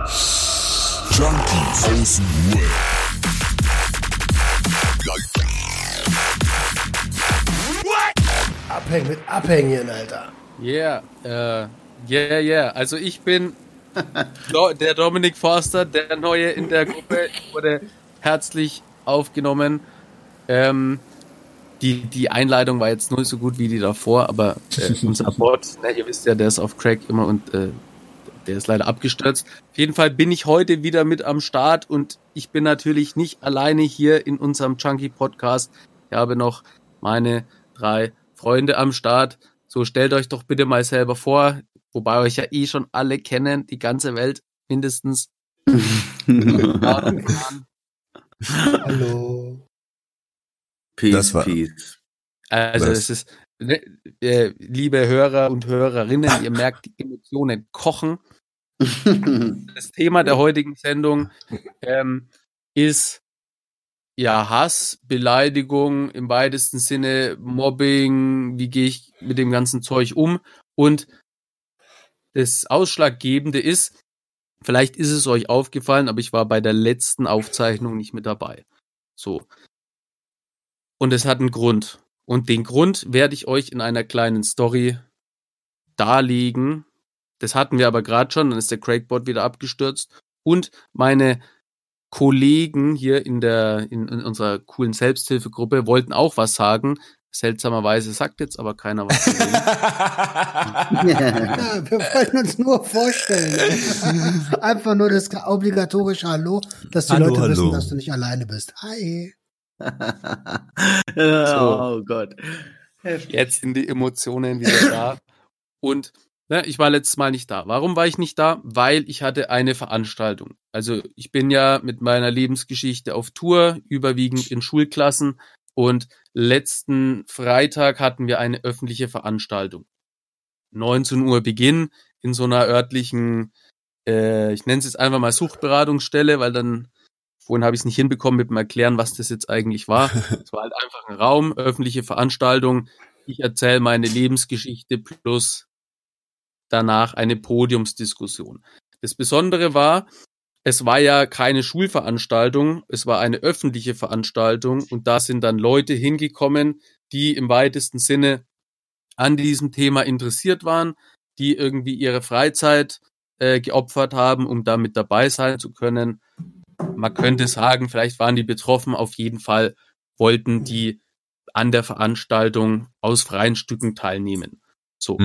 Junkies aus dem Web. Abhängen mit Abhängen, Alter. Yeah. Also ich bin der Dominik Forster, der Neue in der Gruppe, wurde herzlich aufgenommen. Die Einleitung war jetzt nur so gut wie die davor, aber unser Bot, ihr wisst ja, der ist auf Crack immer und der ist leider abgestürzt. Auf jeden Fall bin ich heute wieder mit am Start und ich bin natürlich nicht alleine hier in unserem Junkie-Podcast. Ich habe noch meine 3 Freunde am Start. So, stellt euch doch bitte mal selber vor, wobei euch ja schon alle kennen, die ganze Welt mindestens. Hallo. Peace. Also es ist, liebe Hörer und Hörerinnen, ihr merkt, die Emotionen kochen. Das Thema der heutigen Sendung ist ja Hass, Beleidigung im weitesten Sinne, Mobbing, wie gehe ich mit dem ganzen Zeug um? Und das Ausschlaggebende ist, vielleicht ist es euch aufgefallen, aber ich war bei der letzten Aufzeichnung nicht mit dabei. So. Und es hat einen Grund. Und den Grund werde ich euch in einer kleinen Story darlegen. Das hatten wir aber gerade schon, dann ist der Crackbot wieder abgestürzt. Und meine Kollegen hier in unserer coolen Selbsthilfegruppe wollten auch was sagen. Seltsamerweise sagt jetzt aber keiner was. Ja, wir wollten uns nur vorstellen. Einfach nur das obligatorische Hallo, dass die Leute wissen, dass du nicht alleine bist. Hi. Oh Gott. Jetzt sind die Emotionen wieder da. Und ich war letztes Mal nicht da. Warum war ich nicht da? Weil ich hatte eine Veranstaltung. Also ich bin ja mit meiner Lebensgeschichte auf Tour, überwiegend in Schulklassen. Und letzten Freitag hatten wir eine öffentliche Veranstaltung. 19 Uhr Beginn in so einer örtlichen, ich nenne es jetzt einfach mal Suchtberatungsstelle, weil dann, vorhin habe ich es nicht hinbekommen mit dem Erklären, was das jetzt eigentlich war. Es war halt einfach ein Raum, öffentliche Veranstaltung. Ich erzähle meine Lebensgeschichte plus danach eine Podiumsdiskussion. Das Besondere war, es war ja keine Schulveranstaltung, es war eine öffentliche Veranstaltung und da sind dann Leute hingekommen, die im weitesten Sinne an diesem Thema interessiert waren, die irgendwie ihre Freizeit geopfert haben, um da mit dabei sein zu können. Man könnte sagen, vielleicht waren die betroffen, auf jeden Fall wollten die an der Veranstaltung aus freien Stücken teilnehmen. So.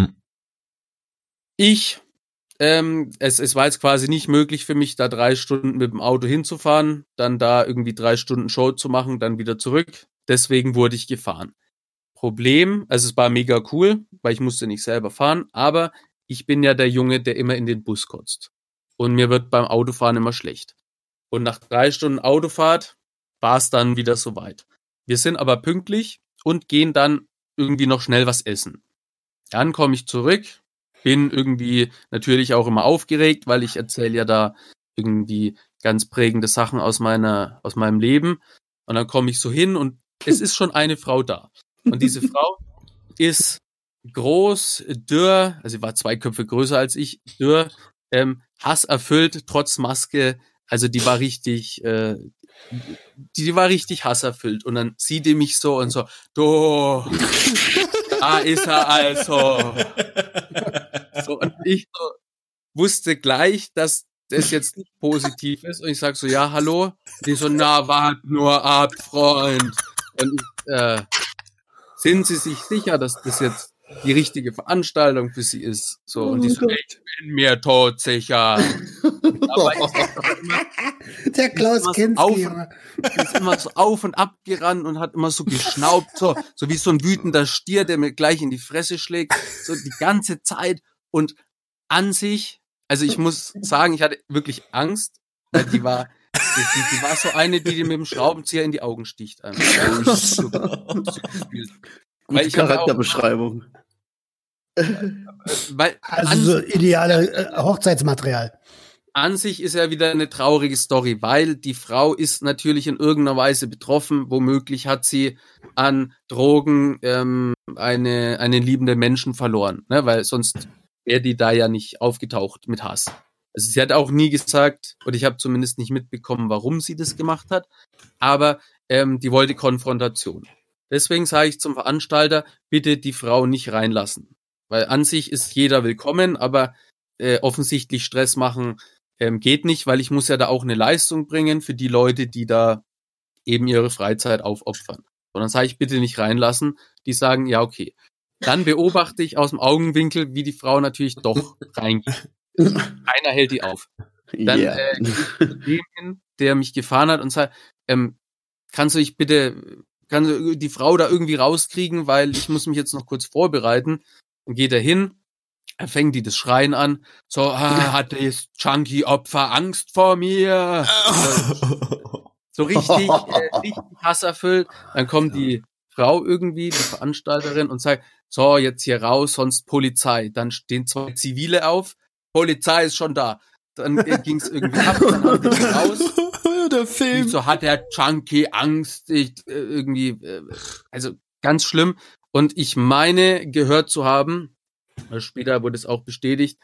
Es war jetzt quasi nicht möglich für mich, da 3 Stunden mit dem Auto hinzufahren, dann da irgendwie 3 Stunden Show zu machen, dann wieder zurück. Deswegen wurde ich gefahren. Problem, also es war mega cool, weil ich musste nicht selber fahren, aber ich bin ja der Junge, der immer in den Bus kotzt. Und mir wird beim Autofahren immer schlecht. Und nach 3 Stunden Autofahrt war es dann wieder soweit. Wir sind aber pünktlich und gehen dann irgendwie noch schnell was essen. Dann komme ich zurück, bin irgendwie natürlich auch immer aufgeregt, weil ich erzähle ja da irgendwie ganz prägende Sachen aus meinem Leben. Und dann komme ich so hin und es ist schon eine Frau da. Und diese Frau ist groß, dürr, also sie war 2 Köpfe größer als ich, dürr, hasserfüllt, trotz Maske. Also die war richtig hasserfüllt. Und dann sieht die mich so und so, du, da ist er also. So, und ich so, wusste gleich, dass das jetzt nicht positiv ist. Und ich sag so, ja, hallo. Die so, na, wart nur ab, Freund. Und ich, sind Sie sich sicher, dass das jetzt die richtige Veranstaltung für Sie ist? So, und die so, ich bin mir todsicher. Der Klaus Kinski. Ist immer so auf und ab gerannt und hat immer so geschnaubt, so wie so ein wütender Stier, der mir gleich in die Fresse schlägt, so die ganze Zeit. Und an sich, also ich muss sagen, ich hatte wirklich Angst, weil die war so eine, die dir mit dem Schraubenzieher in die Augen sticht. Einfach. Gute Charakterbeschreibung. Also so ideale Hochzeitsmaterial. An sich ist ja wieder eine traurige Story, weil die Frau ist natürlich in irgendeiner Weise betroffen. Womöglich hat sie an Drogen einen liebenden Menschen verloren, ne? Weil sonst wäre die da ja nicht aufgetaucht mit Hass. Also sie hat auch nie gesagt, oder ich habe zumindest nicht mitbekommen, warum sie das gemacht hat, aber die wollte Konfrontation. Deswegen sage ich zum Veranstalter, bitte die Frau nicht reinlassen. Weil an sich ist jeder willkommen, aber offensichtlich Stress machen geht nicht, weil ich muss ja da auch eine Leistung bringen für die Leute, die da eben ihre Freizeit aufopfern. Und dann sage ich, bitte nicht reinlassen. Die sagen, ja, okay. Dann beobachte ich aus dem Augenwinkel, wie die Frau natürlich doch reingeht. Keiner hält die auf. Dann gehe ich zu dem, der mich gefahren hat und sage, kannst du die Frau da irgendwie rauskriegen, weil ich muss mich jetzt noch kurz vorbereiten. Dann geht er hin, er fängt die das Schreien an, so, hat das Junkie-Opfer Angst vor mir? So richtig hasserfüllt. Dann kommt die Frau irgendwie, die Veranstalterin, und sagt, so, jetzt hier raus, sonst Polizei. Dann stehen 2 Zivile auf, Polizei ist schon da. Dann ging es irgendwie ab, dann haben wir die raus. Der Film. So hat der Junkie Angst, also ganz schlimm. Und ich meine, gehört zu haben, später wurde es auch bestätigt,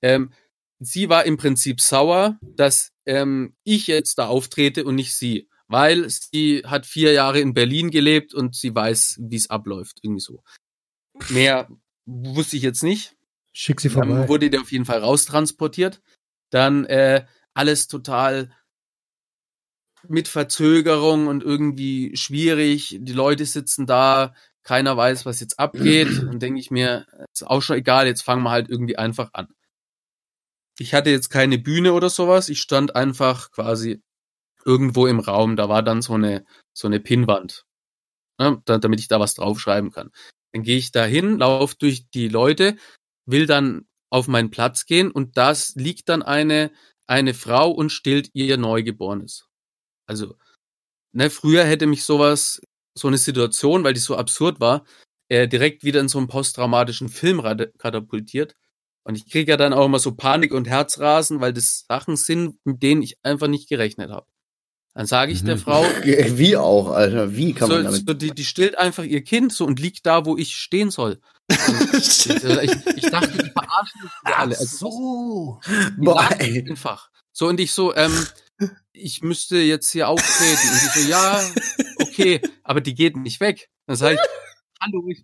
sie war im Prinzip sauer, dass ich jetzt da auftrete und nicht sie. Weil sie hat 4 Jahre in Berlin gelebt und sie weiß, wie es abläuft. Irgendwie so. Mehr wusste ich jetzt nicht. Schick sie vorbei. Dann wurde der auf jeden Fall raustransportiert. Dann alles total mit Verzögerung und irgendwie schwierig. Die Leute sitzen da, keiner weiß, was jetzt abgeht. Dann denke ich mir, ist auch schon egal, jetzt fangen wir halt irgendwie einfach an. Ich hatte jetzt keine Bühne oder sowas. Ich stand einfach quasi irgendwo im Raum. Da war dann so eine Pinnwand, ne, damit ich da was draufschreiben kann. Dann gehe ich da hin, laufe durch die Leute, will dann auf meinen Platz gehen und das liegt dann eine Frau und stillt ihr Neugeborenes. Also, ne, früher hätte mich so eine Situation, weil die so absurd war, direkt wieder in so einen posttraumatischen Film katapultiert. Und ich kriege ja dann auch immer so Panik und Herzrasen, weil das Sachen sind, mit denen ich einfach nicht gerechnet habe. Dann sage ich der Frau... Wie auch, Alter? Wie kann man damit... So, die stillt einfach ihr Kind so und liegt da, wo ich stehen soll. Ich dachte, die verarschen mich alle. Also, einfach. So, und ich so, ich müsste jetzt hier auftreten. Und die so, ja, okay, aber die geht nicht weg. Dann sage ich, hallo, ich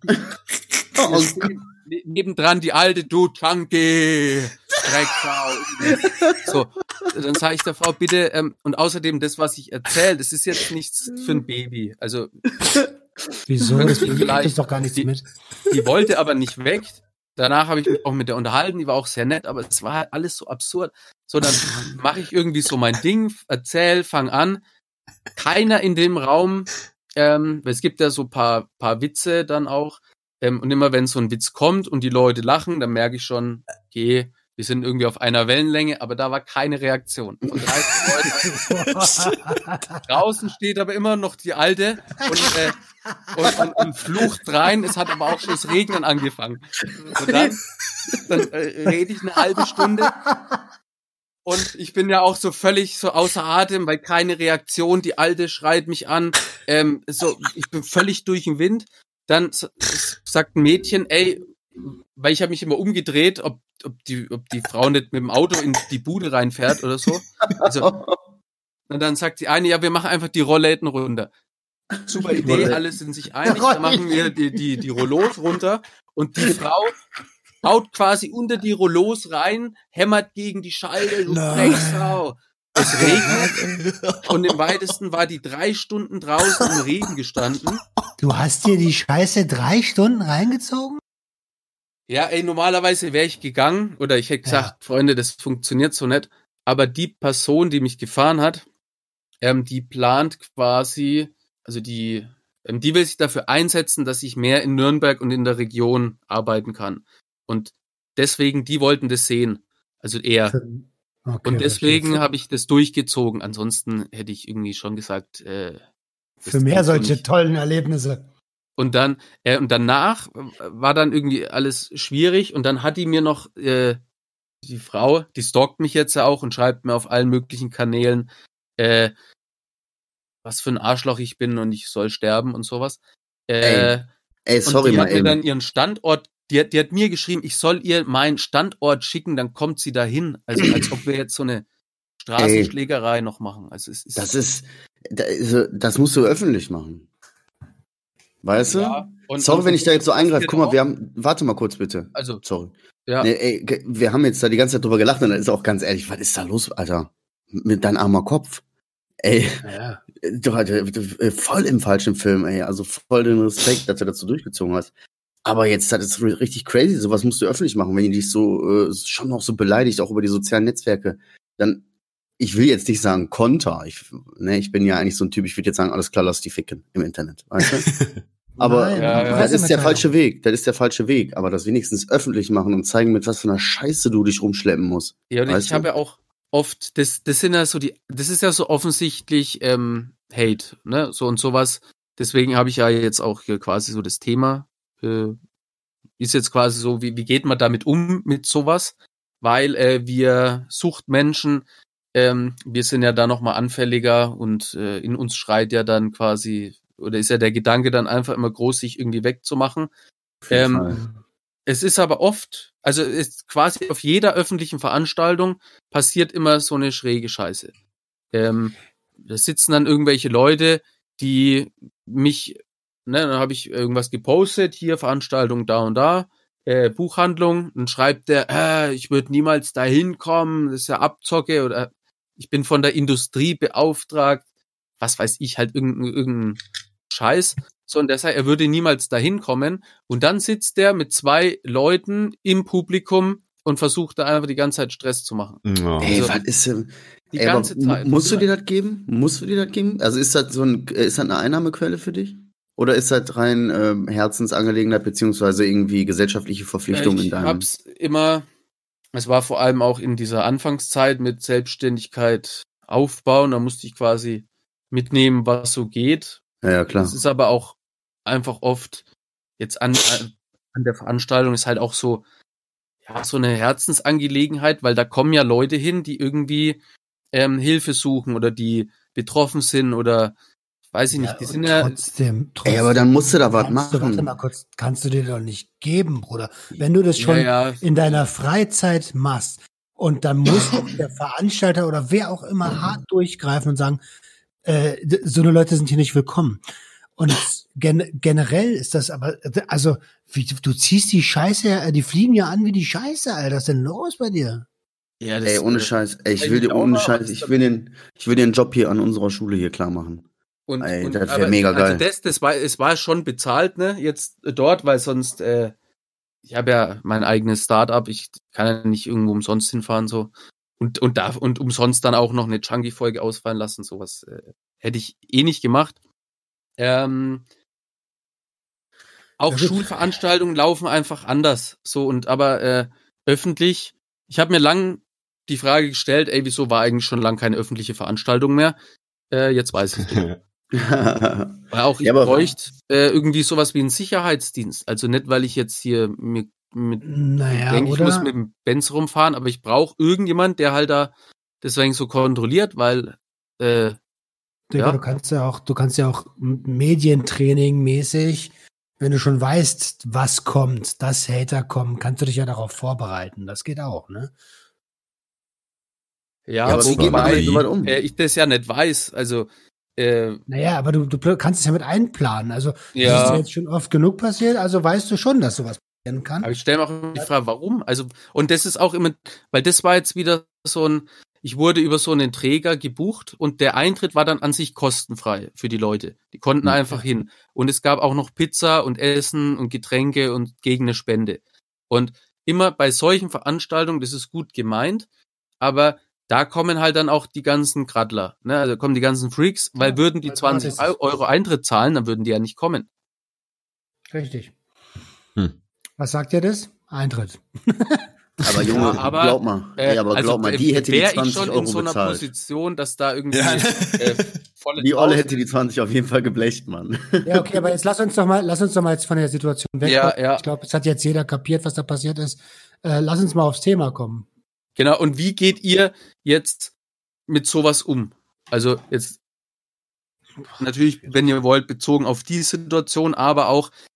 bin nebendran die alte, du Junkie, Drecksau. So, dann sage ich der Frau, bitte, und außerdem das, was ich erzähle, das ist jetzt nichts für ein Baby. Also, wieso? Das ist doch gar nichts mit. Die wollte aber nicht weg. Danach habe ich mich auch mit der unterhalten, die war auch sehr nett, aber es war halt alles so absurd. So, dann mache ich irgendwie so mein Ding, fang an. Keiner in dem Raum, es gibt ja so paar Witze dann auch, und immer wenn so ein Witz kommt und die Leute lachen, dann merke ich schon, okay, wir sind irgendwie auf einer Wellenlänge, aber da war keine Reaktion. Von 30 Leuten. Draußen steht aber immer noch die Alte und flucht rein. Es hat aber auch schon das Regnen angefangen. Und dann rede ich eine halbe Stunde und ich bin ja auch so völlig so außer Atem, weil keine Reaktion. Die Alte schreit mich an. Ich bin völlig durch den Wind. Dann sagt ein Mädchen, ey, weil ich habe mich immer umgedreht, ob die Frau nicht mit dem Auto in die Bude reinfährt oder so. Also, und dann sagt die eine, ja, wir machen einfach die Rollläden runter. Super Idee, alle sind sich einig, dann machen wir die Rollos runter und die Frau haut quasi unter die Rollos rein, hämmert gegen die Scheibe, du Drecksau. Es regnet und im weitesten war die 3 Stunden draußen im Regen gestanden. Du hast dir die Scheiße 3 Stunden reingezogen? Ja, ey, normalerweise wäre ich gegangen oder ich hätte gesagt, Freunde, das funktioniert so nicht. Aber die Person, die mich gefahren hat, die plant quasi, also die will sich dafür einsetzen, dass ich mehr in Nürnberg und in der Region arbeiten kann. Und deswegen, die wollten das sehen. Also er. Okay, und deswegen habe ich das durchgezogen. Ansonsten hätte ich irgendwie schon gesagt, für mehr solche tollen Erlebnisse. Und dann und danach war dann irgendwie alles schwierig und dann hat die mir noch die Frau, die stalkt mich jetzt ja auch und schreibt mir auf allen möglichen Kanälen, was für ein Arschloch ich bin und ich soll sterben und sowas. Ey, sorry, und die mal hat mir dann ihren Standort die hat mir geschrieben, ich soll ihr meinen Standort schicken, dann kommt sie dahin. Also als ob wir jetzt so eine Straßenschlägerei noch machen. Also das musst du öffentlich machen. Weißt du? Sorry, wenn ich da jetzt so eingreife. Guck mal, warte mal kurz bitte. Also, sorry. Ja. Nee, wir haben jetzt da die ganze Zeit drüber gelacht und dann ist auch ganz ehrlich, was ist da los, Alter? Mit deinem armer Kopf. Ey, du voll im falschen Film, ey. Also voll den Respekt, dass du dazu durchgezogen hast. Aber jetzt, das ist richtig crazy. Sowas musst du öffentlich machen, wenn die dich so schon noch so beleidigt, auch über die sozialen Netzwerke. Dann, ich will jetzt nicht sagen Konter. Ich bin ja eigentlich so ein Typ, ich würde jetzt sagen, alles klar, lass die ficken im Internet. Weißt du? Aber das ist der falsche Weg. Das ist der falsche Weg. Aber das wenigstens öffentlich machen und zeigen, mit was für einer Scheiße du dich rumschleppen musst. Ja, und ich habe ja auch oft, das sind ja so das ist ja so offensichtlich Hate, ne? So und sowas. Deswegen habe ich ja jetzt auch hier quasi so das Thema, ist jetzt quasi so, wie geht man damit um mit sowas? Weil wir Suchtmenschen, wir sind ja da nochmal anfälliger und in uns schreit ja dann quasi, oder ist ja der Gedanke dann einfach immer groß, sich irgendwie wegzumachen. Es ist aber oft, also ist quasi auf jeder öffentlichen Veranstaltung passiert immer so eine schräge Scheiße. Da sitzen dann irgendwelche Leute, die mich, dann habe ich irgendwas gepostet, hier Veranstaltung da und da, Buchhandlung, dann schreibt der, ich würde niemals da hinkommen, das ist ja Abzocke oder ich bin von der Industrie beauftragt, was weiß ich, halt irgendein Scheiß. So, und der sagt, er würde niemals dahin kommen. Und dann sitzt der mit 2 Leuten im Publikum und versucht da einfach die ganze Zeit Stress zu machen. Oh. Ey, was ist denn? Die ganze Zeit. Musst du dir das geben? Also ist das ist das eine Einnahmequelle für dich? Oder ist das rein Herzensangelegenheit beziehungsweise irgendwie gesellschaftliche Verpflichtung in deinem? Ich hab's immer, es war vor allem auch in dieser Anfangszeit mit Selbstständigkeit aufbauen, da musste ich quasi mitnehmen, was so geht. Ja, klar. Das ist aber auch einfach oft jetzt an der Veranstaltung ist halt auch so, ja, so eine Herzensangelegenheit, weil da kommen ja Leute hin, die irgendwie Hilfe suchen oder die betroffen sind oder weiß ich nicht, die sind ja trotzdem. Ey, aber dann musst du da was machen. Warte mal kurz, kannst du dir doch nicht geben, Bruder. Wenn du das schon in deiner Freizeit machst und dann muss doch der Veranstalter oder wer auch immer hart durchgreifen und sagen, so eine Leute sind hier nicht willkommen. Und generell ist das aber, also, du ziehst die Scheiße, die fliegen ja an wie die Scheiße, Alter. Was ist denn los bei dir? Ja, das ohne Scheiß. Ey, ich will den Job hier an unserer Schule hier klar machen. Und das wäre mega geil. Also es war schon bezahlt, ne, jetzt dort, weil sonst, ich habe ja mein eigenes Start-up, ich kann ja nicht irgendwo umsonst hinfahren, so. Und umsonst dann auch noch eine Chunky-Folge ausfallen lassen, sowas hätte ich nicht gemacht. Auch Schulveranstaltungen laufen einfach anders, so, aber öffentlich, ich habe mir lang die Frage gestellt, wieso war eigentlich schon lang keine öffentliche Veranstaltung mehr? Jetzt weiß ich nicht. Weil auch ich bräuchte irgendwie sowas wie einen Sicherheitsdienst. Also nicht, weil ich jetzt hier denke, ich muss mit dem Benz rumfahren, aber ich brauche irgendjemand, der halt da deswegen so kontrolliert, weil Digga, du kannst ja auch Medientraining mäßig, wenn du schon weißt, was kommt, dass Hater kommen, kannst du dich ja darauf vorbereiten. Das geht auch, ne? Ja, aber wie geht man damit so weit um? Ich das ja nicht weiß, also naja, aber du kannst es ja mit einplanen. Also das ist ja jetzt schon oft genug passiert, also weißt du schon, dass sowas passieren kann. Aber ich stelle mir auch die Frage, warum? Also, und das ist auch immer, weil das war jetzt wieder ich wurde über so einen Träger gebucht und der Eintritt war dann an sich kostenfrei für die Leute. Die konnten einfach hin. Und es gab auch noch Pizza und Essen und Getränke und gegen eine Spende. Und immer bei solchen Veranstaltungen, das ist gut gemeint, aber da kommen halt dann auch die ganzen Gradler, ne? Also kommen die ganzen Freaks, weil würden die 20 Euro Eintritt zahlen, dann würden die ja nicht kommen. Richtig. Was sagt ihr das? Eintritt. Aber Junge, glaub mal, die hätte die 20 Euro bezahlt. Wäre ich schon in so einer Position, dass da irgendwie die Olle hätte die 20 auf jeden Fall geblecht, Mann. Ja, okay, aber jetzt lass uns doch mal jetzt von der Situation weg. Ja. Ich glaube, es hat jetzt jeder kapiert, was da passiert ist. Lass uns mal aufs Thema kommen. Genau, und wie geht ihr jetzt mit sowas um? Also jetzt natürlich, wenn ihr wollt, bezogen auf die Situation, aber auch,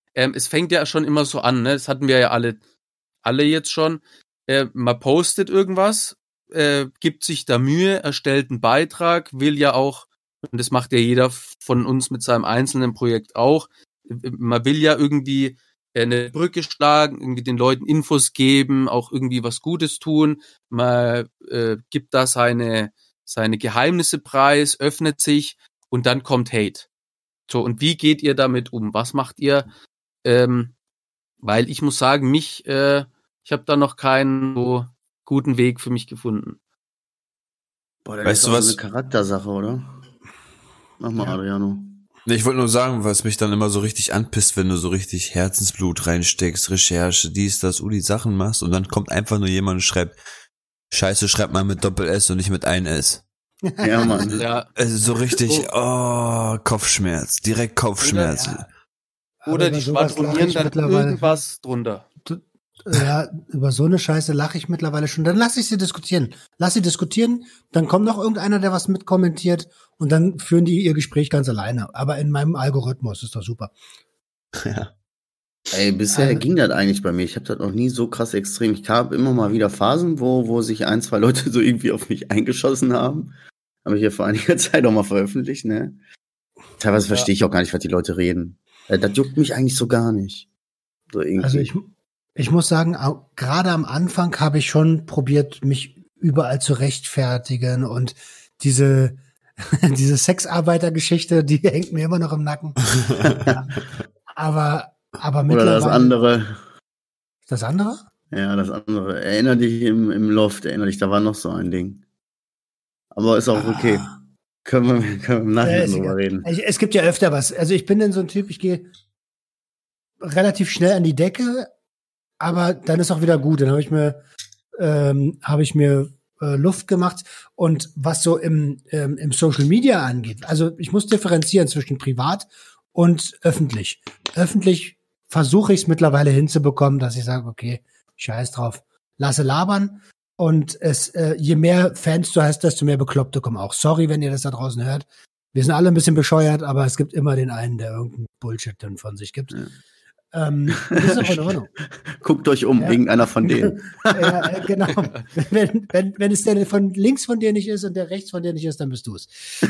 es fängt ja schon immer so an, ne? Das hatten wir ja alle jetzt schon. Man postet irgendwas, gibt sich da Mühe, erstellt einen Beitrag, will ja auch, und das macht ja jeder von uns mit seinem einzelnen Projekt auch, man will ja irgendwie eine Brücke schlagen, irgendwie den Leuten Infos geben, auch irgendwie was Gutes tun. Man gibt da seine Geheimnisse preis, öffnet sich und dann kommt Hate. So, und wie geht ihr damit um? Was macht ihr? Weil ich muss sagen, ich habe da noch keinen so guten Weg für mich gefunden. Boah, das ist auch so eine Charaktersache, oder? Mach mal, Adriano. Ich wollte nur sagen, was mich dann immer so richtig anpisst, wenn du so richtig Herzensblut reinsteckst, Recherche, dies, das, die Sachen machst und dann kommt einfach nur jemand und schreibt, Scheiße, schreibt mal mit Doppel-S und nicht mit ein S. Ja, Mann. Ja. Also so richtig, Kopfschmerz, direkt Kopfschmerz. Oder die schwadronieren dann irgendwas drunter. Ja, über so eine Scheiße lache ich mittlerweile schon. Dann lasse ich sie diskutieren. Lass sie diskutieren, dann kommt noch irgendeiner, der was mitkommentiert und dann führen die ihr Gespräch ganz alleine. Aber in meinem Algorithmus ist das super. Ja. Ey, bisher ging das eigentlich bei mir. Ich habe das noch nie so krass extrem. Ich habe immer mal wieder Phasen, wo sich 1, 2 Leute so irgendwie auf mich eingeschossen haben. Habe ich ja vor einiger Zeit auch mal veröffentlicht, ne? Teilweise verstehe ich auch gar nicht, was die Leute reden. Das juckt mich eigentlich so gar nicht. So irgendwie. Also ich muss sagen, gerade am Anfang habe ich schon probiert, mich überall zu rechtfertigen und diese Sexarbeiter-Geschichte, die hängt mir immer noch im Nacken. aber mittlerweile. Oder das andere. Das andere? Ja, das andere. Erinner dich im Loft, da war noch so ein Ding. Aber ist auch okay. Können wir im Nachhinein drüber reden. Es gibt ja öfter was. Also ich bin dann so ein Typ, ich gehe relativ schnell an die Decke, aber dann ist auch wieder gut. Dann habe ich mir Luft gemacht. Und was so im Social Media angeht, also ich muss differenzieren zwischen privat und öffentlich. Öffentlich versuche ich es mittlerweile hinzubekommen, dass ich sage, okay, scheiß drauf, lasse labern. Und je mehr Fans du hast, desto mehr Bekloppte kommen auch. Sorry, wenn ihr das da draußen hört. Wir sind alle ein bisschen bescheuert, aber es gibt immer den einen, der irgendeinen Bullshit dann von sich gibt. Ja. Das ist auch in Ordnung. Guckt euch um, irgendeiner von denen. Ja, genau. Wenn es der von links von dir nicht ist und der rechts von dir nicht ist, dann bist du es.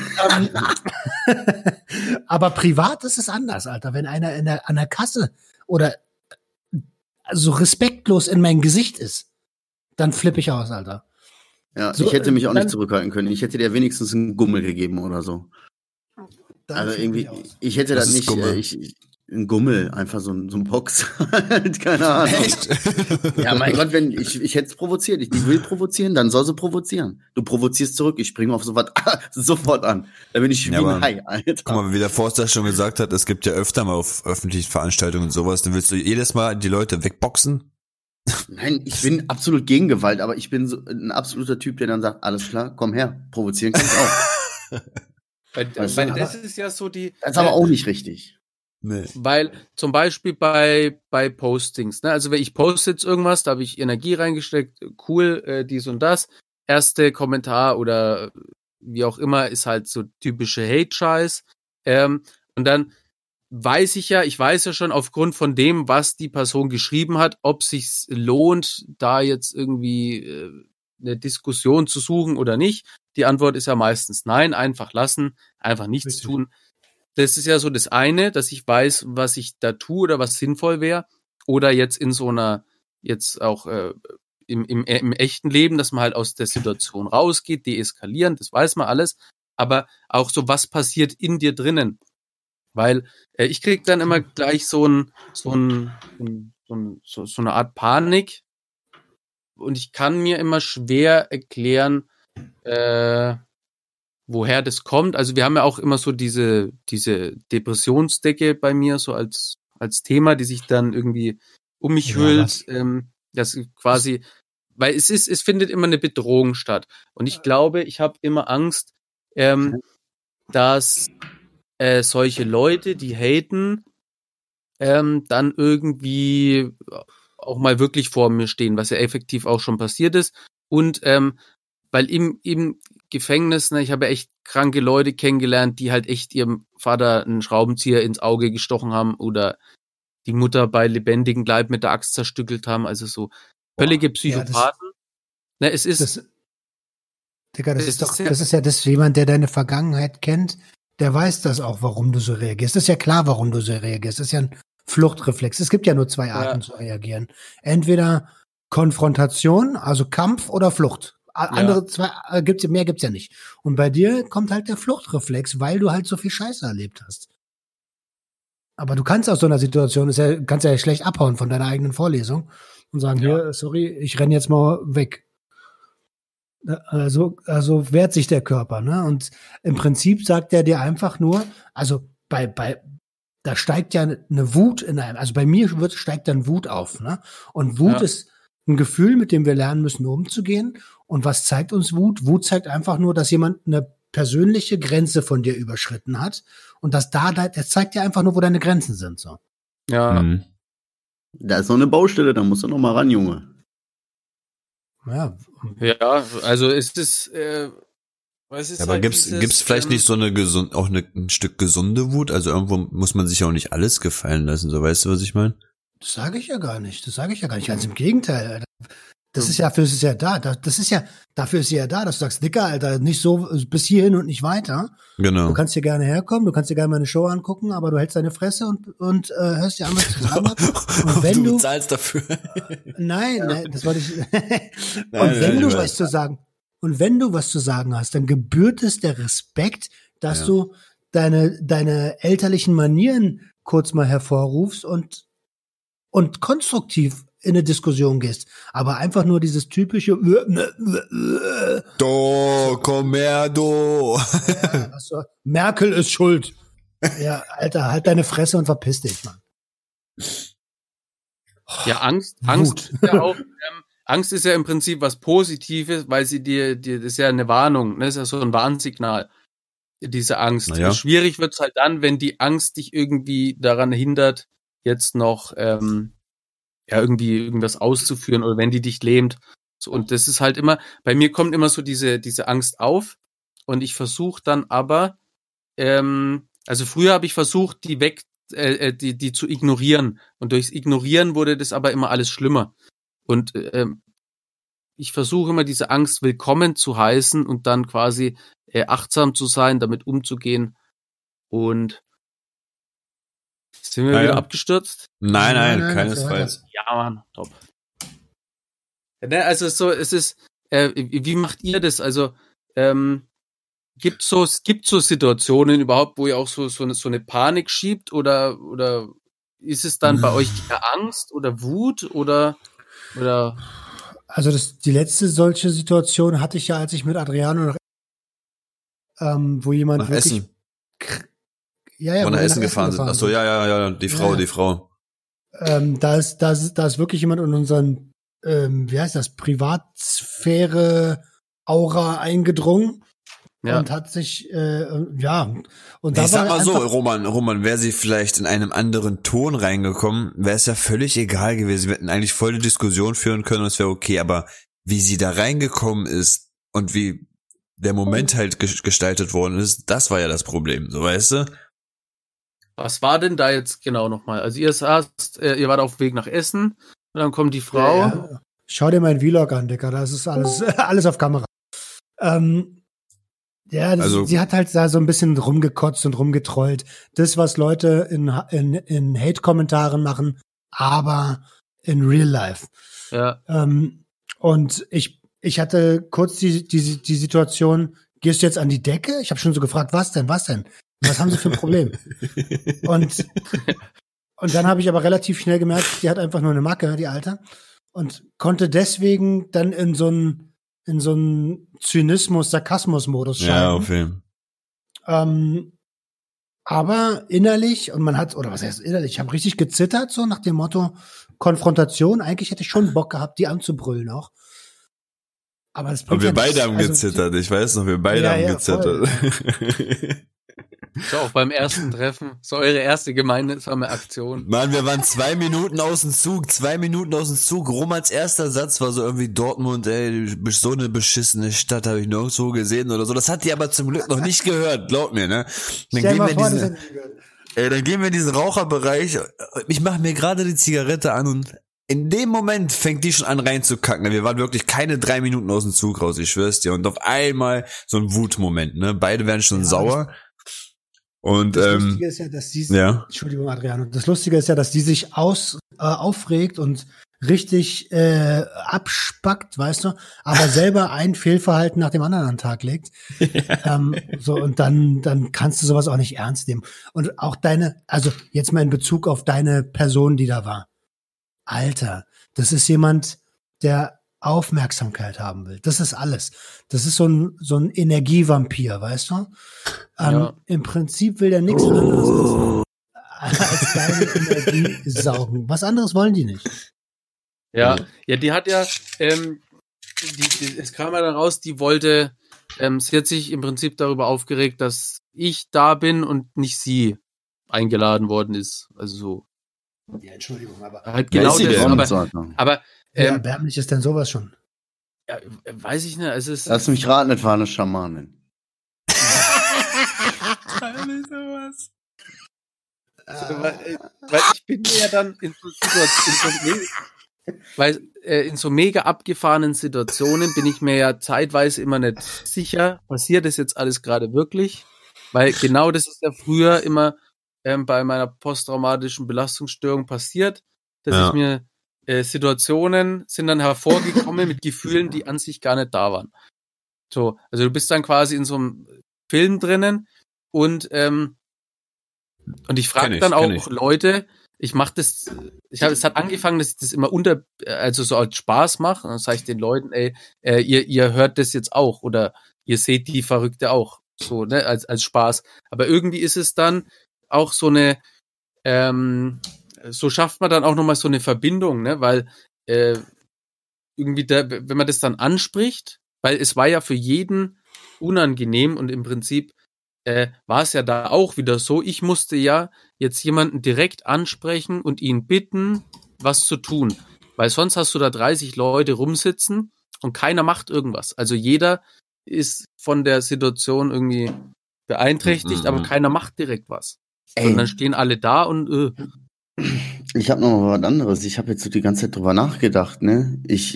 Aber privat ist es anders, Alter. Wenn einer an der Kasse oder so respektlos in mein Gesicht ist, dann flippe ich aus, Alter. Ja, so, ich hätte mich auch nicht zurückhalten können. Ich hätte dir wenigstens einen Gummel gegeben oder so. Also irgendwie, ich hätte das nicht, ein Gummel, einfach so ein Box, keine Ahnung. Echt? Ja, mein Gott, wenn ich hätte es provoziert, die will provozieren, dann soll sie provozieren. Du provozierst zurück, ich springe auf sowas sofort an. Da bin ich wie ein Hai, Alter. Guck mal, wie der Forster schon gesagt hat, es gibt ja öfter mal auf öffentlichen Veranstaltungen und sowas, dann willst du jedes Mal die Leute wegboxen? Nein, ich bin absolut gegen Gewalt, aber ich bin so ein absoluter Typ, der dann sagt, alles klar, komm her, provozieren kannst auch. Weil das ist ja so die. Das ist aber auch nicht richtig. Nee. Weil zum Beispiel bei Postings, ne, also wenn ich poste jetzt irgendwas, da habe ich Energie reingesteckt, cool, dies und das. Erste Kommentar oder wie auch immer ist halt so typische Hate-Scheiß. Und dann weiß ich ja schon aufgrund von dem, was die Person geschrieben hat, ob sich's lohnt, da jetzt irgendwie eine Diskussion zu suchen oder nicht. Die Antwort ist ja meistens nein, einfach lassen, einfach nichts tun. Das ist ja so das eine, dass ich weiß, was ich da tue oder was sinnvoll wäre. Oder jetzt in so einer, jetzt auch im echten Leben, dass man halt aus der Situation rausgeht, deeskalieren, das weiß man alles. Aber auch so, was passiert in dir drinnen? Weil ich krieg dann immer gleich so eine Art Panik. Und ich kann mir immer schwer erklären, woher das kommt. Also wir haben ja auch immer so diese Depressionsdecke bei mir so als Thema, die sich dann irgendwie um mich hüllt. Das quasi, weil es findet immer eine Bedrohung statt. Und ich glaube, ich habe immer Angst, dass solche Leute, die haten, dann irgendwie auch mal wirklich vor mir stehen, was ja effektiv auch schon passiert ist. Und weil im Gefängnis, ne, ich habe echt kranke Leute kennengelernt, die halt echt ihrem Vater einen Schraubenzieher ins Auge gestochen haben oder die Mutter bei lebendigem Leib mit der Axt zerstückelt haben, also so völlige Psychopathen. Ne, es ist... Digga, das ist ja jemand, der deine Vergangenheit kennt, der weiß das auch, warum du so reagierst. Das ist ja klar, warum du so reagierst. Das ist ja ein Fluchtreflex. Es gibt ja nur 2 Arten zu reagieren. Entweder Konfrontation, also Kampf oder Flucht. Andere zwei gibt's ja nicht. Und bei dir kommt halt der Fluchtreflex, weil du halt so viel Scheiße erlebt hast. Aber du kannst aus so einer Situation, kannst ja schlecht abhauen von deiner eigenen Vorlesung und sagen, hier, sorry, ich renn jetzt mal weg. Also wehrt sich der Körper, ne? Und im Prinzip sagt er dir einfach nur, also da steigt ja eine Wut in einem, also bei mir steigt dann Wut auf, ne? Und Wut ist ein Gefühl, mit dem wir lernen müssen, umzugehen. Und was zeigt uns Wut? Wut zeigt einfach nur, dass jemand eine persönliche Grenze von dir überschritten hat. Und das zeigt dir einfach nur, wo deine Grenzen sind, so. Ja. Da ist noch eine Baustelle, da musst du noch mal ran, Junge. Ja, also es ist, aber halt gibt's vielleicht nicht so eine ein Stück gesunde Wut? Also irgendwo muss man sich ja auch nicht alles gefallen lassen, so, weißt du, was ich meine? Das sage ich ja gar nicht. Ganz im Gegenteil, Alter. Dafür ist es ja da. Dafür ist sie ja da, dass du sagst, Dicker, Alter, nicht so bis hierhin und nicht weiter. Genau. Du kannst hier gerne herkommen, du kannst dir gerne meine Show angucken, aber du hältst deine Fresse und hörst dir an, was ich sagen habe. Und wenn du zahlst dafür. Nein, das wollte ich. Wenn du was zu sagen hast, dann gebührt es der Respekt, dass du deine elterlichen Manieren kurz mal hervorrufst und konstruktiv in eine Diskussion gehst. Aber einfach nur dieses typische komm her, Ja, Merkel ist schuld. Ja, Alter, halt deine Fresse und verpiss dich, Mann. Ja, Angst ist ja auch, Angst ist ja im Prinzip was Positives, weil sie dir, das ist ja eine Warnung, ne? Das ist ja so ein Warnsignal, diese Angst. Ja. Schwierig wird's halt dann, wenn die Angst dich irgendwie daran hindert, jetzt noch irgendwie irgendwas auszuführen oder wenn die dich lähmt. So, und das ist halt immer, bei mir kommt immer so diese Angst auf und ich versuche dann aber, also früher habe ich versucht, die zu ignorieren und durchs Ignorieren wurde das aber immer alles schlimmer. Und ich versuche immer diese Angst willkommen zu heißen und dann quasi achtsam zu sein, damit umzugehen. Und sind wir wieder abgestürzt? Nein, keinesfalls. Ja, Mann, top. Also so, es ist, wie macht ihr das? Also, gibt so Situationen überhaupt, wo ihr auch so eine Panik schiebt oder ist es dann bei euch eher Angst oder Wut oder? Also die letzte solche Situation hatte ich ja, als ich mit Adriano wo jemand nach wirklich Essen. Ja, wo nach Essen gefahren sind. Achso, ja, die Frau. Da ist wirklich jemand in unseren, Privatsphäre-Aura eingedrungen und hat sich, und da ich sag mal so, Roman, wäre sie vielleicht in einem anderen Ton reingekommen, wäre es ja völlig egal gewesen. Wir hätten eigentlich voll eine Diskussion führen können und es wäre okay, aber wie sie da reingekommen ist und wie der Moment halt gestaltet worden ist, das war ja das Problem, so, weißt du? Was war denn da jetzt genau nochmal? Also ihr wart auf dem Weg nach Essen und dann kommt die Frau. Ja. Schau dir meinen Vlog an, Dicker, das ist alles auf Kamera. Sie hat halt da so ein bisschen rumgekotzt und rumgetrollt. Das, was Leute in Hate-Kommentaren machen, aber in Real Life. Ja. Und ich hatte kurz die Situation, gehst du jetzt an die Decke? Ich habe schon so gefragt, was denn? Was haben sie für ein Problem? Und dann habe ich aber relativ schnell gemerkt, die hat einfach nur eine Macke, die Alte. Und konnte deswegen dann in so einen Zynismus, Sarkasmus-Modus schalten. Ja, auf jeden Fall. Aber innerlich, und was heißt innerlich, ich habe richtig gezittert, so nach dem Motto Konfrontation. Eigentlich hätte ich schon Bock gehabt, die anzubrüllen auch. Aber wir beide haben gezittert, ich weiß noch, wir beide haben gezittert. So, auch beim ersten Treffen, so eure erste gemeinsame Aktion. Mann, wir waren 2 Minuten aus dem Zug. Romans erster Satz war so irgendwie Dortmund, ey, so eine beschissene Stadt habe ich nirgendwo gesehen oder so. Das hat die aber zum Glück noch nicht gehört, glaub mir, ne? Dann Stell mal vor, das hätte ich gehört. Dann gehen wir in diesen Raucherbereich. Ich mache mir gerade die Zigarette an und in dem Moment fängt die schon an reinzukacken. Wir waren wirklich keine 3 Minuten aus dem Zug raus, ich schwör's dir. Und auf einmal so ein Wutmoment, ne? Beide werden schon sauer. Und das Lustige ist ja, dass Entschuldigung, Adriano. Das Lustige ist ja, dass die sich aufregt und richtig abspackt, weißt du, aber selber ein Fehlverhalten nach dem anderen an den Tag legt. Und dann kannst du sowas auch nicht ernst nehmen. Und auch also jetzt mal in Bezug auf deine Person, die da war. Alter, das ist jemand, der Aufmerksamkeit haben will. Das ist alles. Das ist so ein Energievampir, weißt du? Im Prinzip will der nichts anderes als deine Energie saugen. Was anderes wollen die nicht. Ja, die hat ja, es kam ja dann raus, die wollte, sie hat sich im Prinzip darüber aufgeregt, dass ich da bin und nicht sie eingeladen worden ist. Also so. Ja, Entschuldigung, aber halt genau das. Aber wie erbärmlich ist denn sowas schon? Ja, weiß ich nicht. Es ist. Lass mich raten, es war eine Schamanin. sowas. Weil ich bin mir ja dann in so mega abgefahrenen Situationen bin ich mir ja zeitweise immer nicht sicher, passiert das jetzt alles gerade wirklich? Weil genau das ist ja früher immer bei meiner posttraumatischen Belastungsstörung passiert, dass ich mir Situationen sind dann hervorgekommen mit Gefühlen, die an sich gar nicht da waren. So, also du bist dann quasi in so einem Film drinnen und ich frage dann auch Leute, ich mache das, es hat angefangen, dass ich das immer also so als Spaß mache, und dann sage ich den Leuten, ihr hört das jetzt auch oder ihr seht die Verrückte auch, so, ne, als Spaß. Aber irgendwie ist es dann auch so eine, so schafft man dann auch nochmal so eine Verbindung, ne, weil irgendwie wenn man das dann anspricht, weil es war ja für jeden unangenehm und im Prinzip war es ja da auch wieder so, ich musste ja jetzt jemanden direkt ansprechen und ihn bitten, was zu tun. Weil sonst hast du da 30 Leute rumsitzen und keiner macht irgendwas. Also jeder ist von der Situation irgendwie beeinträchtigt, aber keiner macht direkt was. Und dann stehen alle da und Ich habe noch mal was anderes. Ich habe jetzt so die ganze Zeit drüber nachgedacht, ne?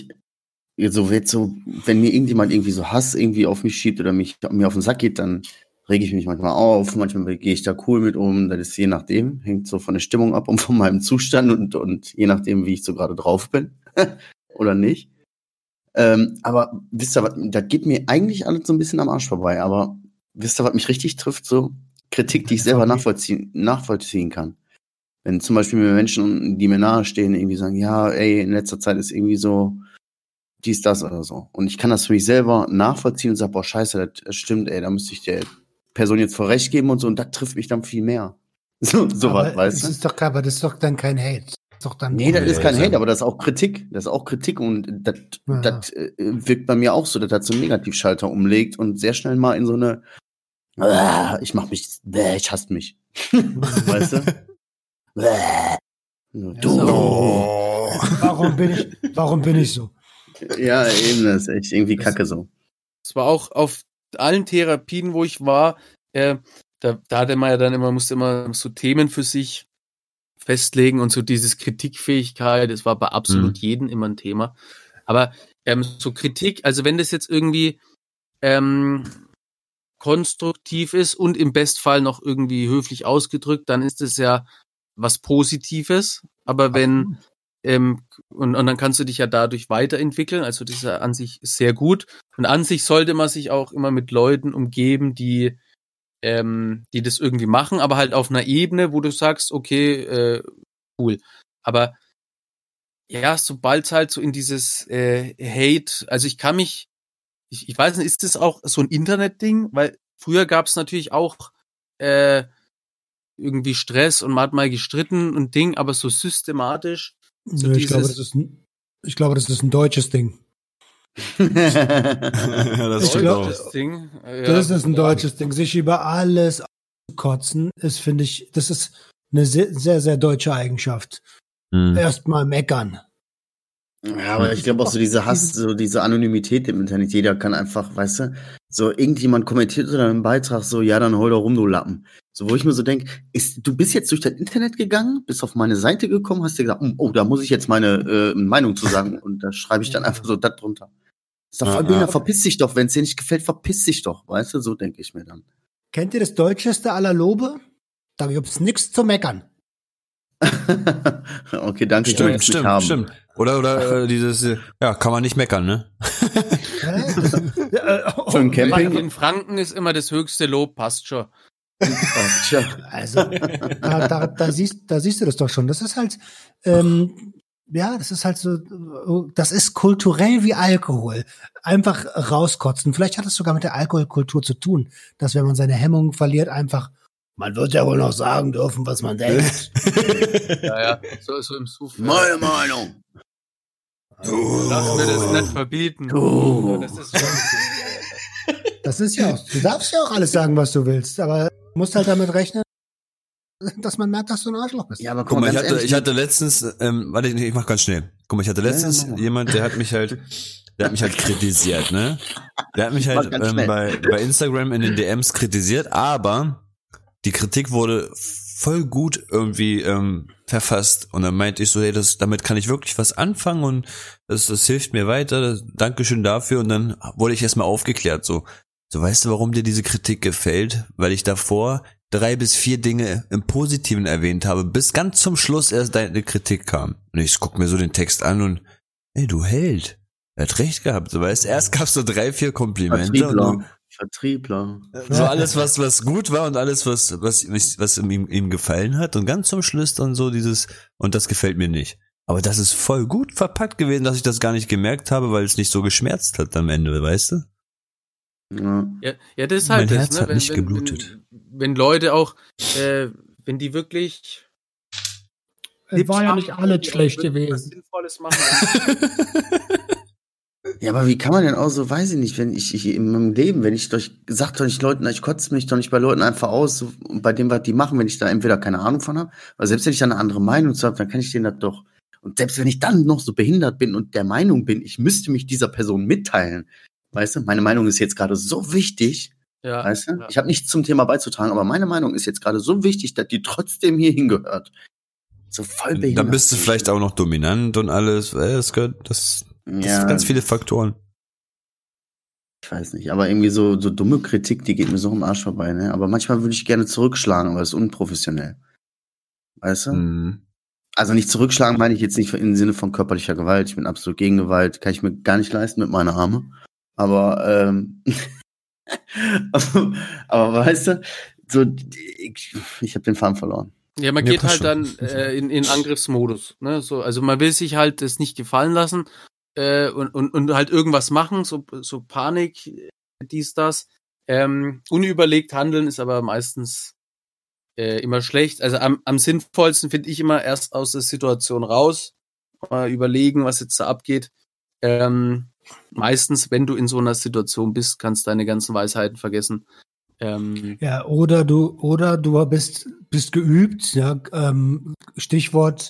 Wenn mir irgendjemand irgendwie so Hass irgendwie auf mich schiebt oder mir auf den Sack geht, dann rege ich mich manchmal auf, manchmal gehe ich da cool mit um, das ist je nachdem, hängt so von der Stimmung ab und von meinem Zustand und je nachdem, wie ich so gerade drauf bin oder nicht. Aber wisst ihr was, das geht mir eigentlich alles so ein bisschen am Arsch vorbei, aber wisst ihr, was mich richtig trifft? So Kritik, die ich selber nachvollziehen kann. Wenn zum Beispiel mir Menschen, die mir nahe stehen, irgendwie sagen, ja, in letzter Zeit ist irgendwie so dies, das oder so. Und ich kann das für mich selber nachvollziehen und sage, boah, scheiße, das stimmt, da müsste ich der Person jetzt voll recht geben und so, und das trifft mich dann viel mehr. So was, weißt du? Aber das ist doch dann kein Hate. Das ist kein Hate, aber das ist auch Kritik. Das ist auch Kritik und das wirkt bei mir auch so, dass das so einen Negativschalter umlegt und sehr schnell mal in so eine ich hasse mich. Weißt du? Warum bin ich so? Ja, eben, das ist echt irgendwie kacke so. Es war auch auf allen Therapien, wo ich war, da hatte man ja dann musste immer so Themen für sich festlegen und so dieses Kritikfähigkeit, das war bei absolut jedem immer ein Thema. Aber so Kritik, also wenn das jetzt irgendwie konstruktiv ist und im Bestfall noch irgendwie höflich ausgedrückt, dann ist es ja was Positives. Aber wenn und dann kannst du dich ja dadurch weiterentwickeln, also das ist ja an sich sehr gut. Und an sich sollte man sich auch immer mit Leuten umgeben, die das irgendwie machen, aber halt auf einer Ebene, wo du sagst, okay, cool. Aber ja, sobald es halt so in dieses Hate, also ich weiß nicht, ist das auch so ein Internetding? Weil früher gab es natürlich auch irgendwie Stress und man hat mal gestritten und Ding, aber so systematisch. So ich glaube, das ist ein deutsches Ding. Das ist ein deutsches Ding. Sich über alles kotzen, finde ich, das ist eine sehr, sehr, sehr deutsche Eigenschaft. Erstmal meckern. Ja, aber ich glaube auch so diese Hass, so diese Anonymität im Internet. Jeder kann einfach, weißt du, so irgendjemand kommentiert unter einem Beitrag so, ja, dann hol doch rum, du Lappen. So, wo ich mir so denke, du bist jetzt durch dein Internet gegangen, bist auf meine Seite gekommen, hast dir gesagt, oh, da muss ich jetzt meine Meinung zu sagen. Und da schreibe ich dann einfach so das drunter. Ist doch voll behindert, verpiss dich doch. Wenn es dir nicht gefällt, verpiss dich doch. Weißt du, so denke ich mir dann. Kennt ihr das deutscheste aller Lobe? Da gibt's nichts zu meckern. Okay, danke. Stimmt. Oder dieses, ja, kann man nicht meckern, ne? Im Camping in Franken ist immer das höchste Lob, passt schon. Also, da siehst du das doch schon. Das ist halt, das ist halt so, das ist kulturell wie Alkohol. Einfach rauskotzen. Vielleicht hat es sogar mit der Alkoholkultur zu tun, dass wenn man seine Hemmungen verliert, einfach, man wird ja wohl noch sagen dürfen, was man denkt. Ja, so im Suff. Meine Meinung. Lass mir das nicht verbieten. Das ist ja auch, du darfst ja auch alles sagen, was du willst, aber du musst halt damit rechnen, dass man merkt, dass du ein Arschloch bist. Ja, aber guck mal, ich hatte letztens, warte, ich mach ganz schnell. Guck mal, ich hatte letztens jemand, der hat mich halt kritisiert, ne? Der hat mich halt bei Instagram in den DMs kritisiert, aber die Kritik wurde voll gut irgendwie verfasst. Und dann meinte ich so, hey, damit kann ich wirklich was anfangen und das hilft mir weiter. Dankeschön dafür. Und dann wurde ich erstmal aufgeklärt. So, weißt du, warum dir diese Kritik gefällt? Weil ich davor 3 bis 4 Dinge im Positiven erwähnt habe, bis ganz zum Schluss erst deine Kritik kam. Und ich guck mir so den Text an und, ey, du Held. Er hat recht gehabt. So, weißt, erst gab's so 3, 4 Komplimente. Vertriebler. So alles, was gut war und alles, was ihm gefallen hat und ganz zum Schluss dann so dieses, und das gefällt mir nicht. Aber das ist voll gut verpackt gewesen, dass ich das gar nicht gemerkt habe, weil es nicht so geschmerzt hat am Ende, weißt du? Ja, das ist halt mein Herz das, ne? hat nicht geblutet. Wenn Leute auch, wenn die wirklich war ja nicht alles schlecht gewesen. Was Sinnvolles machen. Ja, aber wie kann man denn auch so, weiß ich nicht, wenn ich in meinem Leben, wenn ich sag doch nicht Leuten, ich kotze mich doch nicht bei Leuten einfach aus, so, und bei dem, was die machen, wenn ich da entweder keine Ahnung von habe, weil selbst wenn ich da eine andere Meinung zu habe, dann kann ich denen das doch, und selbst wenn ich dann noch so behindert bin und der Meinung bin, ich müsste mich dieser Person mitteilen, weißt du, meine Meinung ist jetzt gerade so wichtig, weißt du, ich habe nichts zum Thema beizutragen, aber meine Meinung ist jetzt gerade so wichtig, dass die trotzdem hier hingehört. So voll behindert. Dann bist du vielleicht auch noch dominant und alles, das sind ganz viele Faktoren. Ich weiß nicht, aber irgendwie so dumme Kritik, die geht mir so im Arsch vorbei, ne? Aber manchmal würde ich gerne zurückschlagen, aber das ist unprofessionell. Weißt du? Mhm. Also nicht zurückschlagen meine ich jetzt nicht im Sinne von körperlicher Gewalt. Ich bin absolut gegen Gewalt. Kann ich mir gar nicht leisten mit meiner Arme. Aber, aber weißt du, so, ich habe den Faden verloren. Ja, man geht halt dann in Angriffsmodus, ne? So, also man will sich halt das nicht gefallen lassen und halt irgendwas machen, so Panik, dies, das. Unüberlegt handeln ist aber meistens immer schlecht. Also am sinnvollsten finde ich immer erst aus der Situation raus, mal überlegen, was jetzt da abgeht. Meistens, wenn du in so einer Situation bist, kannst du deine ganzen Weisheiten vergessen. Ja, oder du bist geübt, ja, Stichwort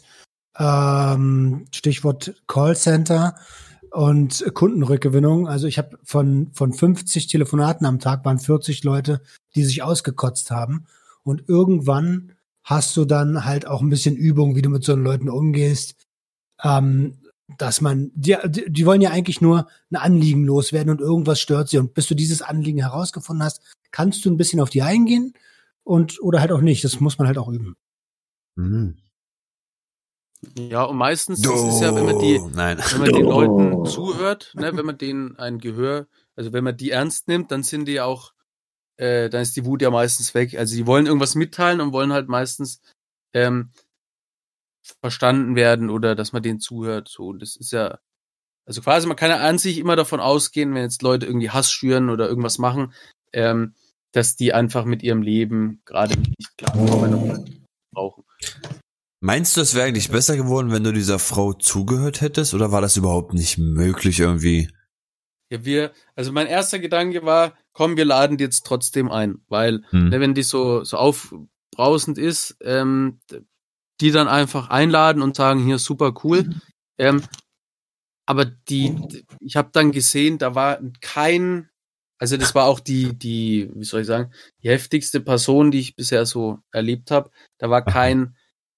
Callcenter und Kundenrückgewinnung. Also ich habe von 50 Telefonaten am Tag waren 40 Leute, die sich ausgekotzt haben. Und irgendwann hast du dann halt auch ein bisschen Übung, wie du mit so Leuten umgehst. Dass man, die wollen ja eigentlich nur ein Anliegen loswerden und irgendwas stört sie. Und bis du dieses Anliegen herausgefunden hast, kannst du ein bisschen auf die eingehen oder halt auch nicht. Das muss man halt auch üben. Mhm. Ja, und meistens ist es ja, wenn man den Leuten zuhört, ne, wenn man denen ein Gehör, also wenn man die ernst nimmt, dann sind die auch, dann ist die Wut ja meistens weg. Also die wollen irgendwas mitteilen und wollen halt meistens verstanden werden oder dass man denen zuhört. So, und das ist ja, also quasi, man kann ja an sich immer davon ausgehen, wenn jetzt Leute irgendwie Hass schüren oder irgendwas machen, dass die einfach mit ihrem Leben gerade nicht klarkommen und brauchen. Meinst du, es wäre eigentlich besser geworden, wenn du dieser Frau zugehört hättest, oder war das überhaupt nicht möglich irgendwie? Ja, also mein erster Gedanke war, komm, wir laden die jetzt trotzdem ein, weil, wenn die so aufbrausend ist, die dann einfach einladen und sagen, hier, super cool. Aber ich habe dann gesehen, da war kein, also das war auch die, wie soll ich sagen, die heftigste Person, die ich bisher so erlebt habe. Da war kein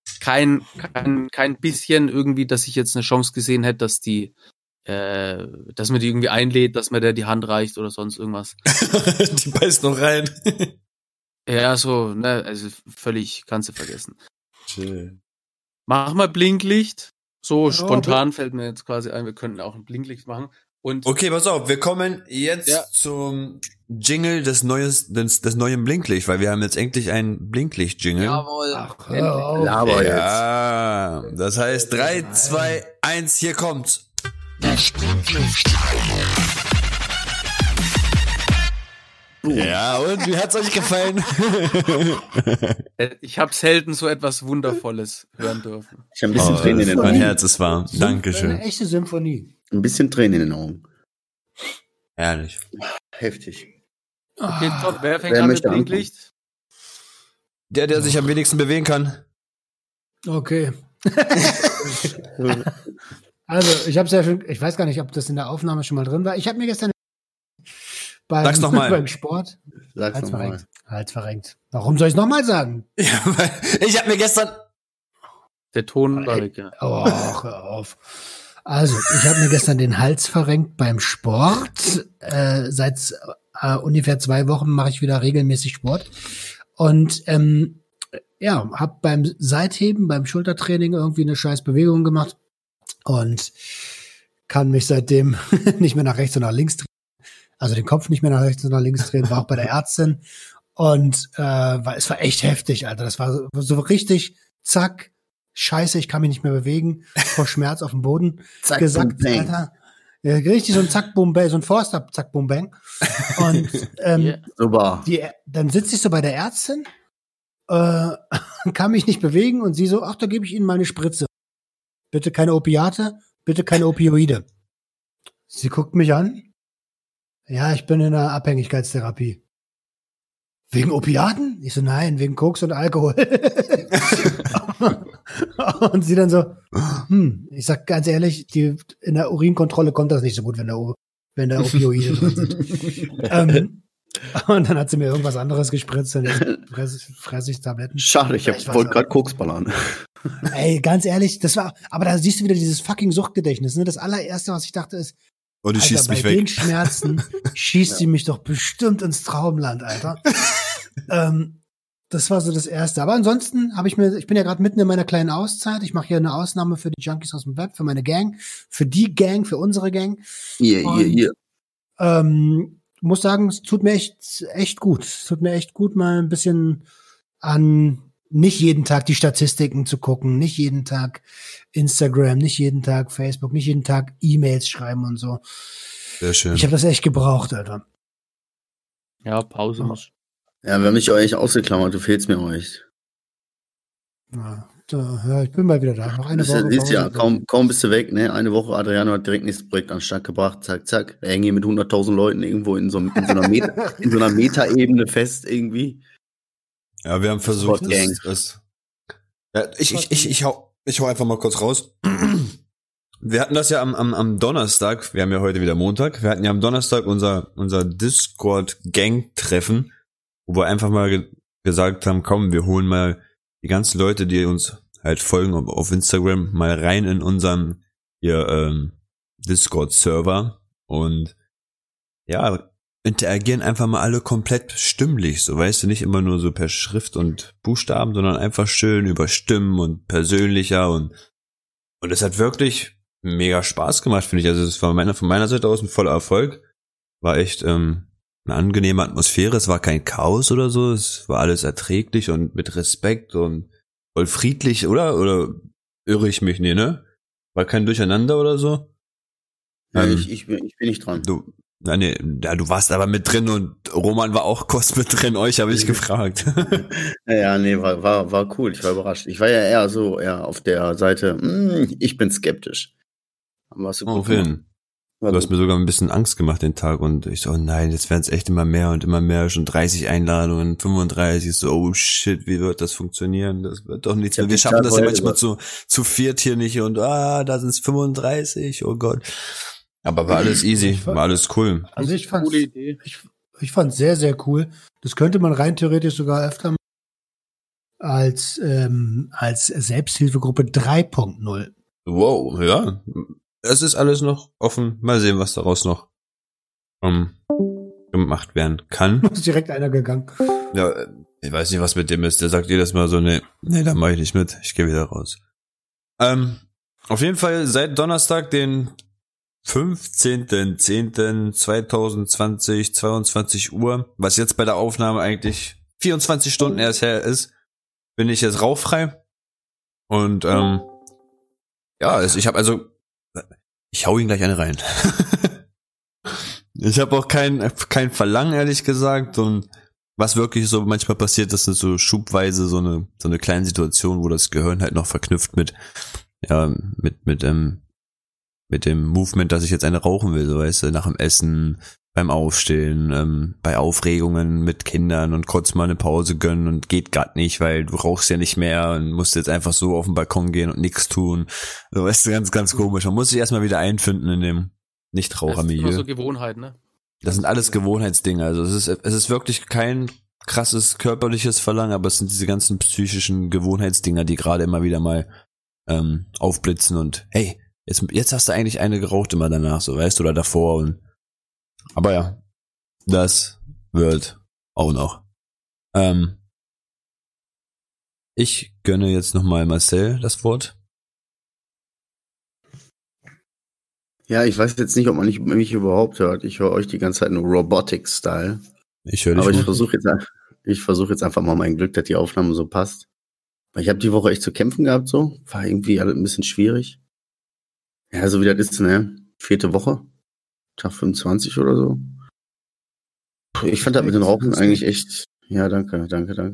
bisschen irgendwie, dass ich jetzt eine Chance gesehen hätte, dass man die irgendwie einlädt, dass man der die Hand reicht oder sonst irgendwas. Die beißt noch rein. Ja, so, ne, also völlig, kannst du vergessen. Chill. Mach mal Blinklicht. So spontan fällt mir jetzt quasi ein, wir könnten auch ein Blinklicht machen. Und okay, pass auf, wir kommen jetzt zum Jingle des neuen Blinklicht, weil wir haben jetzt endlich ein Blinklicht-Jingle. Jawohl. Aber ja, das heißt 3, 2, 1, hier kommt's. Das Blinklicht. Ja, und wie hat's euch gefallen? Ich habe selten so etwas Wundervolles hören dürfen. Ich habe ein bisschen Tränen in den Mein Augen. Herz ist warm. Dankeschön. Eine echte Symphonie. Ein bisschen Tränen in den Augen. Ehrlich. Heftig. Okay, top. Wer fängt Wer an mit möchte Blinklicht? Der sich am wenigsten bewegen kann. Okay. Also, ich habe ja schon, ich weiß gar nicht, ob das in der Aufnahme schon mal drin war. Ich habe mir gestern Sag's noch mal. beim Sport Sag's Hals nochmal. verrenkt. Hals verrenkt. Warum soll ich es nochmal sagen? Ja, weil ich habe mir gestern... Der Ton war weg, ja. Oh, hör auf. Also, ich habe mir gestern den Hals verrenkt beim Sport. Seit ungefähr 2 Wochen mache ich wieder regelmäßig Sport. Und ja, habe beim Seitheben, beim Schultertraining irgendwie eine scheiß Bewegung gemacht und kann mich seitdem nicht mehr nach rechts und nach links drehen. Also den Kopf nicht mehr nach rechts und nach links drehen, war auch bei der Ärztin. Und es war echt heftig, Alter. Das war so richtig, zack, scheiße, ich kann mich nicht mehr bewegen, vor Schmerz auf dem Boden Zack, gesackt, boom, bang. Alter. Ja, richtig so ein Zack, Boom, Bang, so ein Forster, Zack, Boom, Bang. Und Super. dann sitze ich so bei der Ärztin, kann mich nicht bewegen und sie so, ach, da gebe ich Ihnen mal eine Spritze. Bitte keine Opiate, bitte keine Opioide. Sie guckt mich an. Ja, ich bin in einer Abhängigkeitstherapie. Wegen Opiaten? Ich so, nein, wegen Koks und Alkohol. Und sie dann so, ich sag ganz ehrlich, in der Urinkontrolle kommt das nicht so gut, wenn da Opioide drin sind. Und dann hat sie mir irgendwas anderes gespritzt und jetzt fress ich Tabletten. Schade, ich wollte gerade Koks ballern. Ey, ganz ehrlich, aber da siehst du wieder dieses fucking Suchtgedächtnis, ne? Das allererste, was ich dachte, ist, Und die Alter, schießt mich bei weg. den Schmerzen schießt sie mich doch bestimmt ins Traumland, Alter. Das war so das Erste. Aber ansonsten ich bin ja gerade mitten in meiner kleinen Auszeit. Ich mache hier eine Ausnahme für die Junkies aus dem Web, für meine Gang, für unsere Gang. Ihr. Muss sagen, es tut mir echt gut. Es tut mir echt gut, mal ein bisschen nicht jeden Tag die Statistiken zu gucken, nicht jeden Tag Instagram, nicht jeden Tag Facebook, nicht jeden Tag E-Mails schreiben und so. Sehr schön. Ich habe das echt gebraucht, Alter. Ja, Pause muss. Ja, wir haben dich euch ausgeklammert, du fehlst mir euch. Ja, ich bin mal wieder da. Noch eine Woche. Siehst ja, kaum bist du weg, ne? Eine Woche, Adriano hat direkt nächstes Projekt an den Start gebracht, zack, zack. Wir hängen hier mit 100.000 Leuten irgendwo in so einer Meta-Ebene fest irgendwie. Ja, wir haben versucht, ich hau einfach mal kurz raus. Wir hatten das ja am Donnerstag, wir haben ja heute wieder Montag, wir hatten ja am Donnerstag unser Discord-Gang-Treffen, wo wir einfach mal gesagt haben, komm, wir holen mal die ganzen Leute, die uns halt folgen auf Instagram, mal rein in unseren Discord-Server und ja, interagieren einfach mal alle komplett stimmlich, so, weißt du, nicht immer nur so per Schrift und Buchstaben, sondern einfach schön über Stimmen und persönlicher und es hat wirklich mega Spaß gemacht, finde ich. Also es war von meiner Seite aus ein voller Erfolg. War echt eine angenehme Atmosphäre. Es war kein Chaos oder so. Es war alles erträglich und mit Respekt und voll friedlich, oder? Oder irre ich mich? Nee, ne? War kein Durcheinander oder so? Ja, ich bin nicht dran. Du warst aber mit drin und Roman war auch kurz mit drin. Euch habe ich gefragt. Ja, nee, war cool. Ich war überrascht. Ich war ja eher auf der Seite, ich bin skeptisch. Aber hast du gut gemacht. Du hast mir sogar ein bisschen Angst gemacht den Tag und ich so, oh nein, jetzt werden es echt immer mehr und immer mehr, schon 30 Einladungen, 35, so, oh shit, wie wird das funktionieren? Das wird doch nichts mehr. Wir schaffen das ja manchmal zu viert hier nicht und da sind es 35, oh Gott. Aber war alles easy, war alles cool. Also ich fand's sehr, sehr cool. Das könnte man rein theoretisch sogar öfter machen als Selbsthilfegruppe 3.0. Wow, ja. Es ist alles noch offen. Mal sehen, was daraus noch gemacht werden kann. Ist direkt einer gegangen. Ja, ich weiß nicht, was mit dem ist. Der sagt jedes Mal so, nee, da mache ich nicht mit. Ich gehe wieder raus. Auf jeden Fall seit Donnerstag, den 15.10.2020, 22 Uhr, was jetzt bei der Aufnahme eigentlich 24 Stunden erst her ist, bin ich jetzt rauchfrei. Und ich hau ihn gleich eine rein. Ich habe auch kein Verlangen, ehrlich gesagt. Und was wirklich so manchmal passiert, das sind so schubweise so eine kleine Situation, wo das Gehirn halt noch verknüpft mit dem Movement, dass ich jetzt eine rauchen will, so weißt du, nach dem Essen, beim Aufstehen, bei Aufregungen mit Kindern und kurz mal eine Pause gönnen und geht grad nicht, weil du rauchst ja nicht mehr und musst jetzt einfach so auf den Balkon gehen und nichts tun. So, weißt du, ganz, ganz komisch. Man muss sich erstmal wieder einfinden in dem Nichtrauchermilieu. Das ist immer so Gewohnheit, ne? Das sind alles Gewohnheitsdinge. Also es ist wirklich kein krasses körperliches Verlangen, aber es sind diese ganzen psychischen Gewohnheitsdinger, die gerade immer wieder mal aufblitzen und hey, jetzt hast du eigentlich eine geraucht immer danach, so weißt du, oder davor und aber ja, das wird auch noch. Ich gönne jetzt nochmal Marcel das Wort. Ja, ich weiß jetzt nicht, ob man mich überhaupt hört. Ich höre euch die ganze Zeit nur Robotic-Style. Ich höre dich. Aber ich versuche jetzt einfach mal mein Glück, dass die Aufnahme so passt. Weil ich habe die Woche echt zu kämpfen gehabt, so. War irgendwie alles ein bisschen schwierig. Ja, so wie das ist, ne? 4. Woche. Tag 25 oder so. Ich fand das mit den Rauchen eigentlich echt. Ja, danke.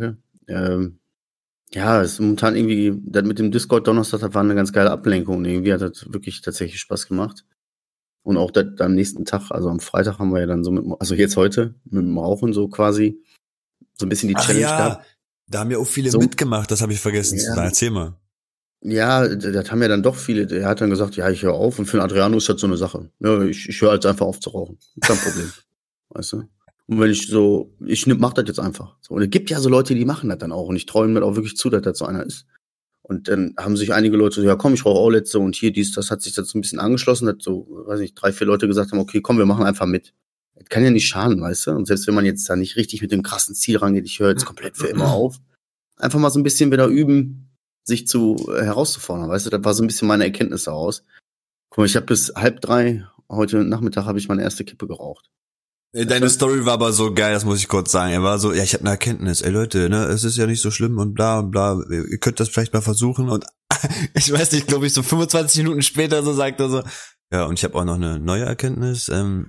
Ja, es ist momentan irgendwie, das mit dem Discord Donnerstag, das war eine ganz geile Ablenkung. Irgendwie hat das wirklich tatsächlich Spaß gemacht. Und auch das am nächsten Tag, also am Freitag haben wir ja dann so also jetzt heute, mit dem Rauchen so quasi, so ein bisschen die Challenge gehabt. Da haben ja auch viele mitgemacht, das habe ich vergessen zu sagen. Erzähl mal. Ja, das haben ja dann doch viele. Der hat dann gesagt, ja, ich höre auf. Und für den Adriano ist das so eine Sache. Ja, ich höre jetzt einfach auf zu rauchen. Kein Problem. Weißt du? Und wenn ich mach das jetzt einfach. So, und es gibt ja so Leute, die machen das dann auch. Und ich traue mir auch wirklich zu, dass das so einer ist. Und dann haben sich einige Leute so, ja komm, ich rauche auch letzte und hier das hat sich dazu ein bisschen angeschlossen, dass so, weiß nicht, 3, 4 Leute gesagt haben, okay, komm, wir machen einfach mit. Das kann ja nicht schaden, weißt du? Und selbst wenn man jetzt da nicht richtig mit dem krassen Ziel rangeht, ich höre jetzt komplett für immer auf, einfach mal so ein bisschen wieder üben, sich herauszufordern, weißt du? Das war so ein bisschen meine Erkenntnis daraus. Guck mal, ich habe bis 2:30, heute Nachmittag habe ich meine erste Kippe geraucht. Deine Story war aber so geil, das muss ich kurz sagen. Er war so, ja, ich habe eine Erkenntnis. Ey Leute, ne, es ist ja nicht so schlimm und bla und bla. Ihr könnt das vielleicht mal versuchen. Und ich weiß nicht, glaube ich, so 25 Minuten später so sagt er so, ja, und ich habe auch noch eine neue Erkenntnis.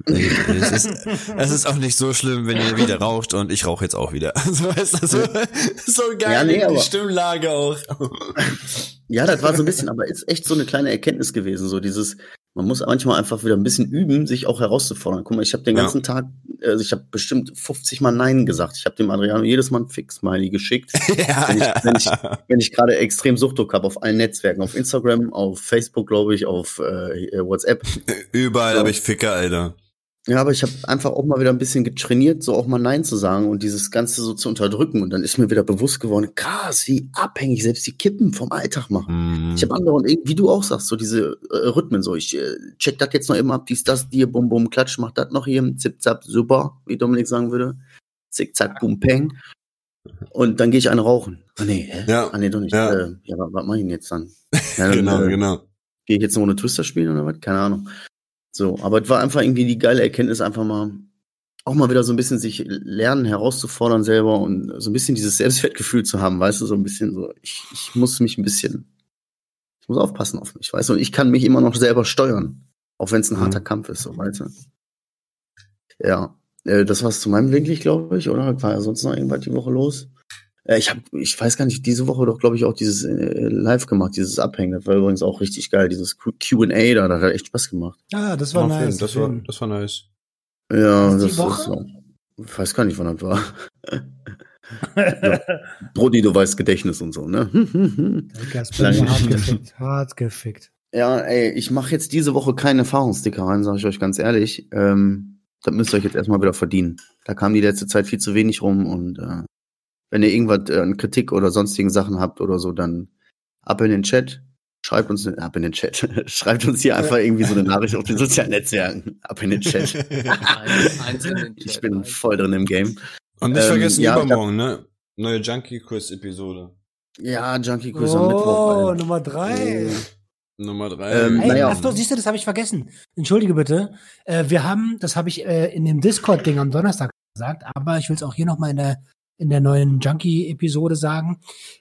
Es ist auch nicht so schlimm, wenn ihr wieder raucht und ich rauche jetzt auch wieder. So ist das so geil, ja, die Stimmlage auch. Ja, das war so ein bisschen, aber ist echt so eine kleine Erkenntnis gewesen, so dieses, man muss manchmal einfach wieder ein bisschen üben, sich auch herauszufordern. Guck mal, ich habe den ganzen Tag, also ich habe bestimmt 50 Mal Nein gesagt. Ich habe dem Adriano jedes Mal ein Fix-Smiley geschickt. Ja. Wenn ich gerade extrem Suchtdruck habe auf allen Netzwerken, auf Instagram, auf Facebook, glaube ich, auf WhatsApp. Überall habe ich Ficker, Alter. Ja, aber ich habe einfach auch mal wieder ein bisschen getrainiert, so auch mal Nein zu sagen und dieses Ganze so zu unterdrücken. Und dann ist mir wieder bewusst geworden, krass, wie abhängig selbst die Kippen vom Alltag machen. Ich habe andere, und wie du auch sagst, so diese Rhythmen, so ich check das jetzt noch immer ab, das, dir, bum, bum, klatsch, mach das noch hier, zip, zap, super, wie Dominik sagen würde. Zick, zack, bum, peng. Und dann gehe ich eine rauchen. Ah, nee, ja. Ah, nee, doch nicht. Ja, was mach ich denn jetzt dann? Ja, dann genau. Gehe ich jetzt noch ohne Twister spielen oder was? Keine Ahnung. So, aber es war einfach irgendwie die geile Erkenntnis, einfach mal auch mal wieder so ein bisschen sich lernen, herauszufordern selber und so ein bisschen dieses Selbstwertgefühl zu haben, weißt du, so ein bisschen so, ich muss aufpassen auf mich, weißt du, und ich kann mich immer noch selber steuern, auch wenn es ein harter Kampf ist, so, weißt du. Ja, das war's zu meinem Blinklicht, glaube ich, oder? War ja sonst noch irgendwas die Woche los? Ich weiß gar nicht, diese Woche doch, glaube ich, auch dieses Live gemacht, dieses Abhängen. Das war übrigens auch richtig geil, dieses Q&A, da hat echt Spaß gemacht. Ah, das war nice. Das war nice. Ja, das ist so. Ich weiß gar nicht, wann das war. Ja. Brody, du weißt Gedächtnis und so, ne? Hart gefickt. Ja, ey, ich mache jetzt diese Woche keinen Erfahrungssticker rein, sage ich euch ganz ehrlich. Das müsst ihr euch jetzt erstmal wieder verdienen. Da kam die letzte Zeit viel zu wenig rum und wenn ihr irgendwas an Kritik oder sonstigen Sachen habt oder so, dann ab in den Chat. Schreibt uns hier einfach irgendwie so eine Nachricht auf den sozialen Netzwerken. Ab in den Chat. Ich bin voll drin im Game. Und nicht vergessen, übermorgen, ne? Neue Junkie-Quiz-Episode. Ja, Junkie-Quiz am Mittwoch. Oh, Nummer 3. Nummer 3. Siehst du, das habe ich vergessen. Entschuldige bitte. Wir haben, das habe ich in dem Discord-Ding am Donnerstag gesagt, aber ich will es auch hier nochmal in der neuen Junkie-Episode sagen.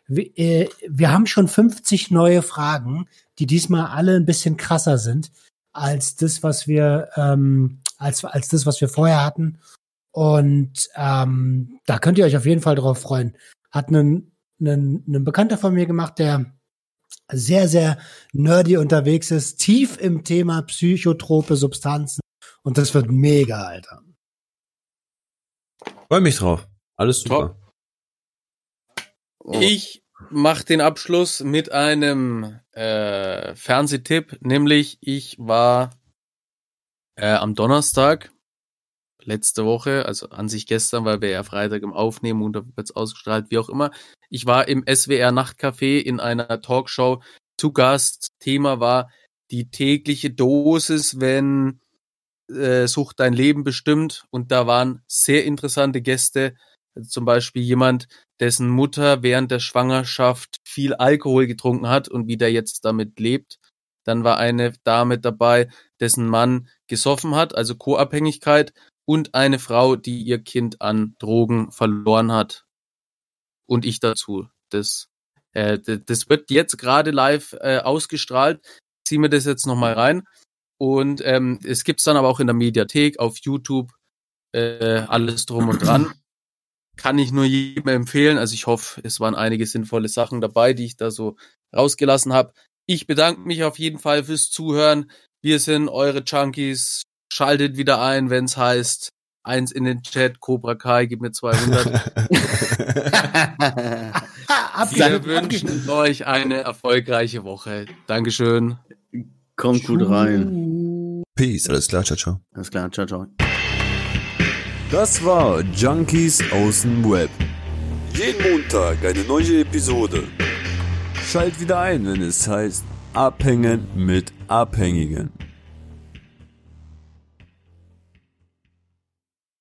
Wir haben schon 50 neue Fragen, die diesmal alle ein bisschen krasser sind als das, was wir als das, was wir vorher hatten. Und da könnt ihr euch auf jeden Fall drauf freuen. Hat einen Bekannter von mir gemacht, der sehr, sehr nerdy unterwegs ist, tief im Thema psychotrope Substanzen. Und das wird mega, Alter. Freue mich drauf. Alles super. Oh. Ich mache den Abschluss mit einem Fernsehtipp, nämlich ich war am Donnerstag letzte Woche, also an sich gestern, weil wir ja Freitag im Aufnehmen und da wird's ausgestrahlt, wie auch immer. Ich war im SWR Nachtcafé in einer Talkshow zu Gast. Thema war die tägliche Dosis, wenn Sucht dein Leben bestimmt. Und da waren sehr interessante Gäste. Also zum Beispiel jemand, dessen Mutter während der Schwangerschaft viel Alkohol getrunken hat und wie der jetzt damit lebt. Dann war eine Dame dabei, dessen Mann gesoffen hat, also Co-Abhängigkeit. Und eine Frau, die ihr Kind an Drogen verloren hat. Und ich dazu. Das wird jetzt gerade live ausgestrahlt. Zieh mir das jetzt nochmal rein. Und es gibt's dann aber auch in der Mediathek, auf YouTube, alles drum und dran. Kann ich nur jedem empfehlen. Also ich hoffe, es waren einige sinnvolle Sachen dabei, die ich da so rausgelassen habe. Ich bedanke mich auf jeden Fall fürs Zuhören. Wir sind eure Junkies. Schaltet wieder ein, wenn es heißt, 1 in den Chat, Cobra Kai, gib mir 200. Wir wünschen euch eine erfolgreiche Woche. Dankeschön. Kommt gut rein. Peace, alles klar, ciao, ciao. Alles klar, ciao, ciao. Das war Junkies aus dem Web. Jeden Montag eine neue Episode. Schalt wieder ein, wenn es heißt, Abhängen mit Abhängigen.